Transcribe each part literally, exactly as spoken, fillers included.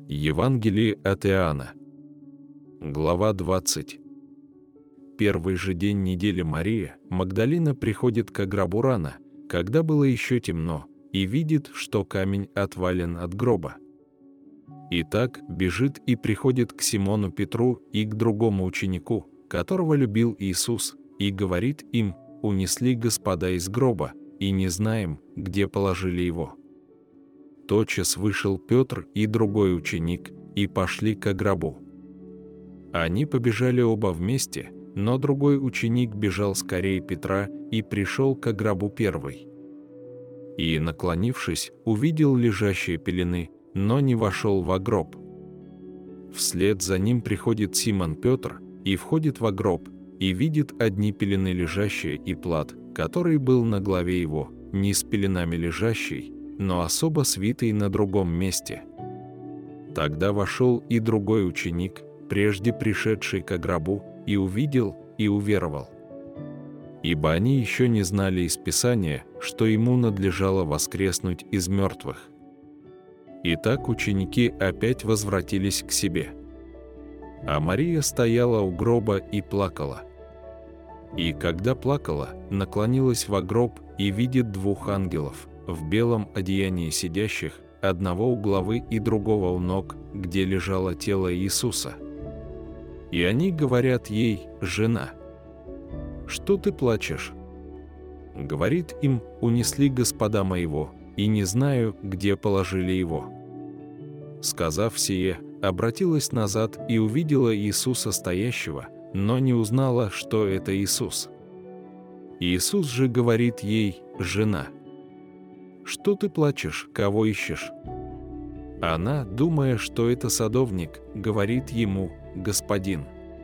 Евангелие от Иоанна. Глава двадцать. Первый же день недели Мария Магдалина приходит к гробу рано, когда было еще темно, и видит, что камень отвален от гроба. Итак, бежит и приходит к Симону Петру и к другому ученику, которого любил Иисус, и говорит им: «Унесли Господа из гроба, и не знаем, где положили его». Тотчас вышел Петр и другой ученик, и пошли к гробу. Они побежали оба вместе, но другой ученик бежал скорее Петра и пришел к гробу первый. И, наклонившись, увидел лежащие пелены, но не вошел во гроб. Вслед за ним приходит Симон Петр и входит во гроб, и видит одни пелены лежащие и плат, который был на главе его, не с пеленами лежащий, но особо свитый на другом месте. Тогда вошел и другой ученик, прежде пришедший к гробу, и увидел, и уверовал. Ибо они еще не знали из Писания, что ему надлежало воскреснуть из мертвых. Итак, ученики опять возвратились к себе. А Мария стояла у гроба и плакала. И когда плакала, наклонилась во гроб и видит двух ангелов, в белом одеянии сидящих, одного у главы и другого у ног, где лежало тело Иисуса. И они говорят ей: «Жена, что ты плачешь?» Говорит им: «Унесли Господа моего, и не знаю, где положили его». Сказав сие, обратилась назад и увидела Иисуса стоящего, но не узнала, что это Иисус. Иисус же говорит ей: «Жена, что ты плачешь, кого ищешь?» Она, думая, что это садовник, говорит ему: «Господин,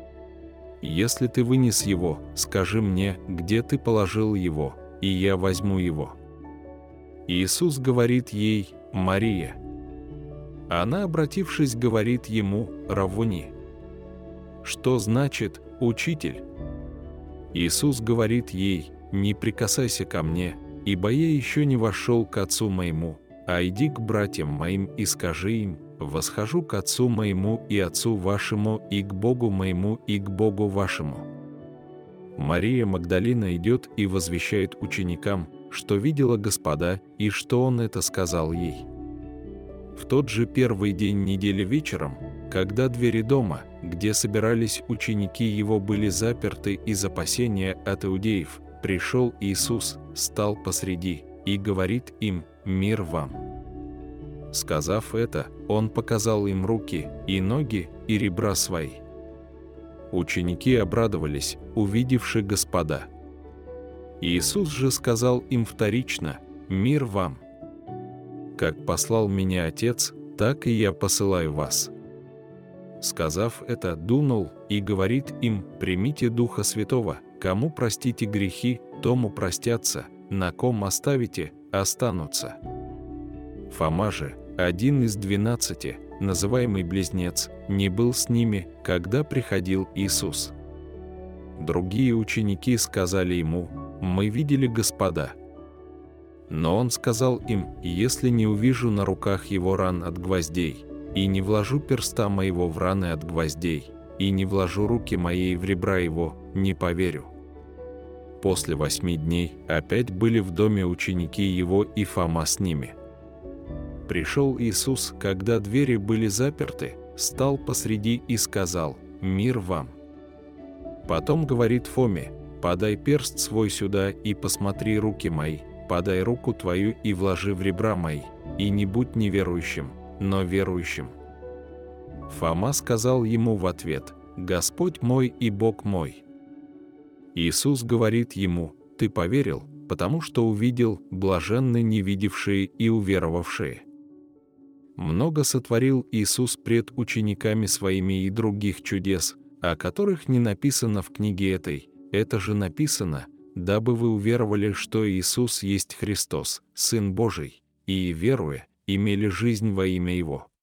если ты вынес его, скажи мне, где ты положил его, и я возьму его». Иисус говорит ей: «Мария». Она, обратившись, говорит ему: «Раввуни», что значит «учитель». Иисус говорит ей: «Не прикасайся ко мне, ибо я еще не вошел к Отцу моему, а иди к братьям моим и скажи им: восхожу к Отцу моему и Отцу вашему, и к Богу моему и к Богу вашему». Мария Магдалина идет и возвещает ученикам, что видела Господа и что Он это сказал ей. В тот же первый день недели вечером, когда двери дома, где собирались ученики Его, были заперты из опасения от иудеев, пришел Иисус, стал посреди и говорит им: «Мир вам». Сказав это, Он показал им руки и ноги и ребра свои. Ученики обрадовались, увидевши Господа. Иисус же сказал им вторично: «Мир вам. Как послал меня Отец, так и я посылаю вас». Сказав это, дунул и говорит им: «Примите Духа Святого, кому простите грехи, тому простятся, на ком оставите, останутся». Фома же, один из двенадцати, называемый Близнец, не был с ними, когда приходил Иисус. Другие ученики сказали ему: «Мы видели Господа». Но он сказал им: «Если не увижу на руках его ран от гвоздей, и не вложу перста моего в раны от гвоздей, и не вложу руки моей в ребра его, не поверю». После восьми дней опять были в доме ученики его и Фома с ними. Пришел Иисус, когда двери были заперты, стал посреди и сказал: «Мир вам». Потом говорит Фоме: «Подай перст свой сюда и посмотри руки мои, подай руку твою и вложи в ребра мои, и не будь неверующим, но верующим». Фома сказал ему в ответ: «Господь мой и Бог мой». Иисус говорит ему: «Ты поверил, потому что увидел, блаженны не видевшие и уверовавшие». Много сотворил Иисус пред учениками своими и других чудес, о которых не написано в книге этой. Это же написано, дабы вы уверовали, что Иисус есть Христос, Сын Божий, и, веруя, имели жизнь во имя Его.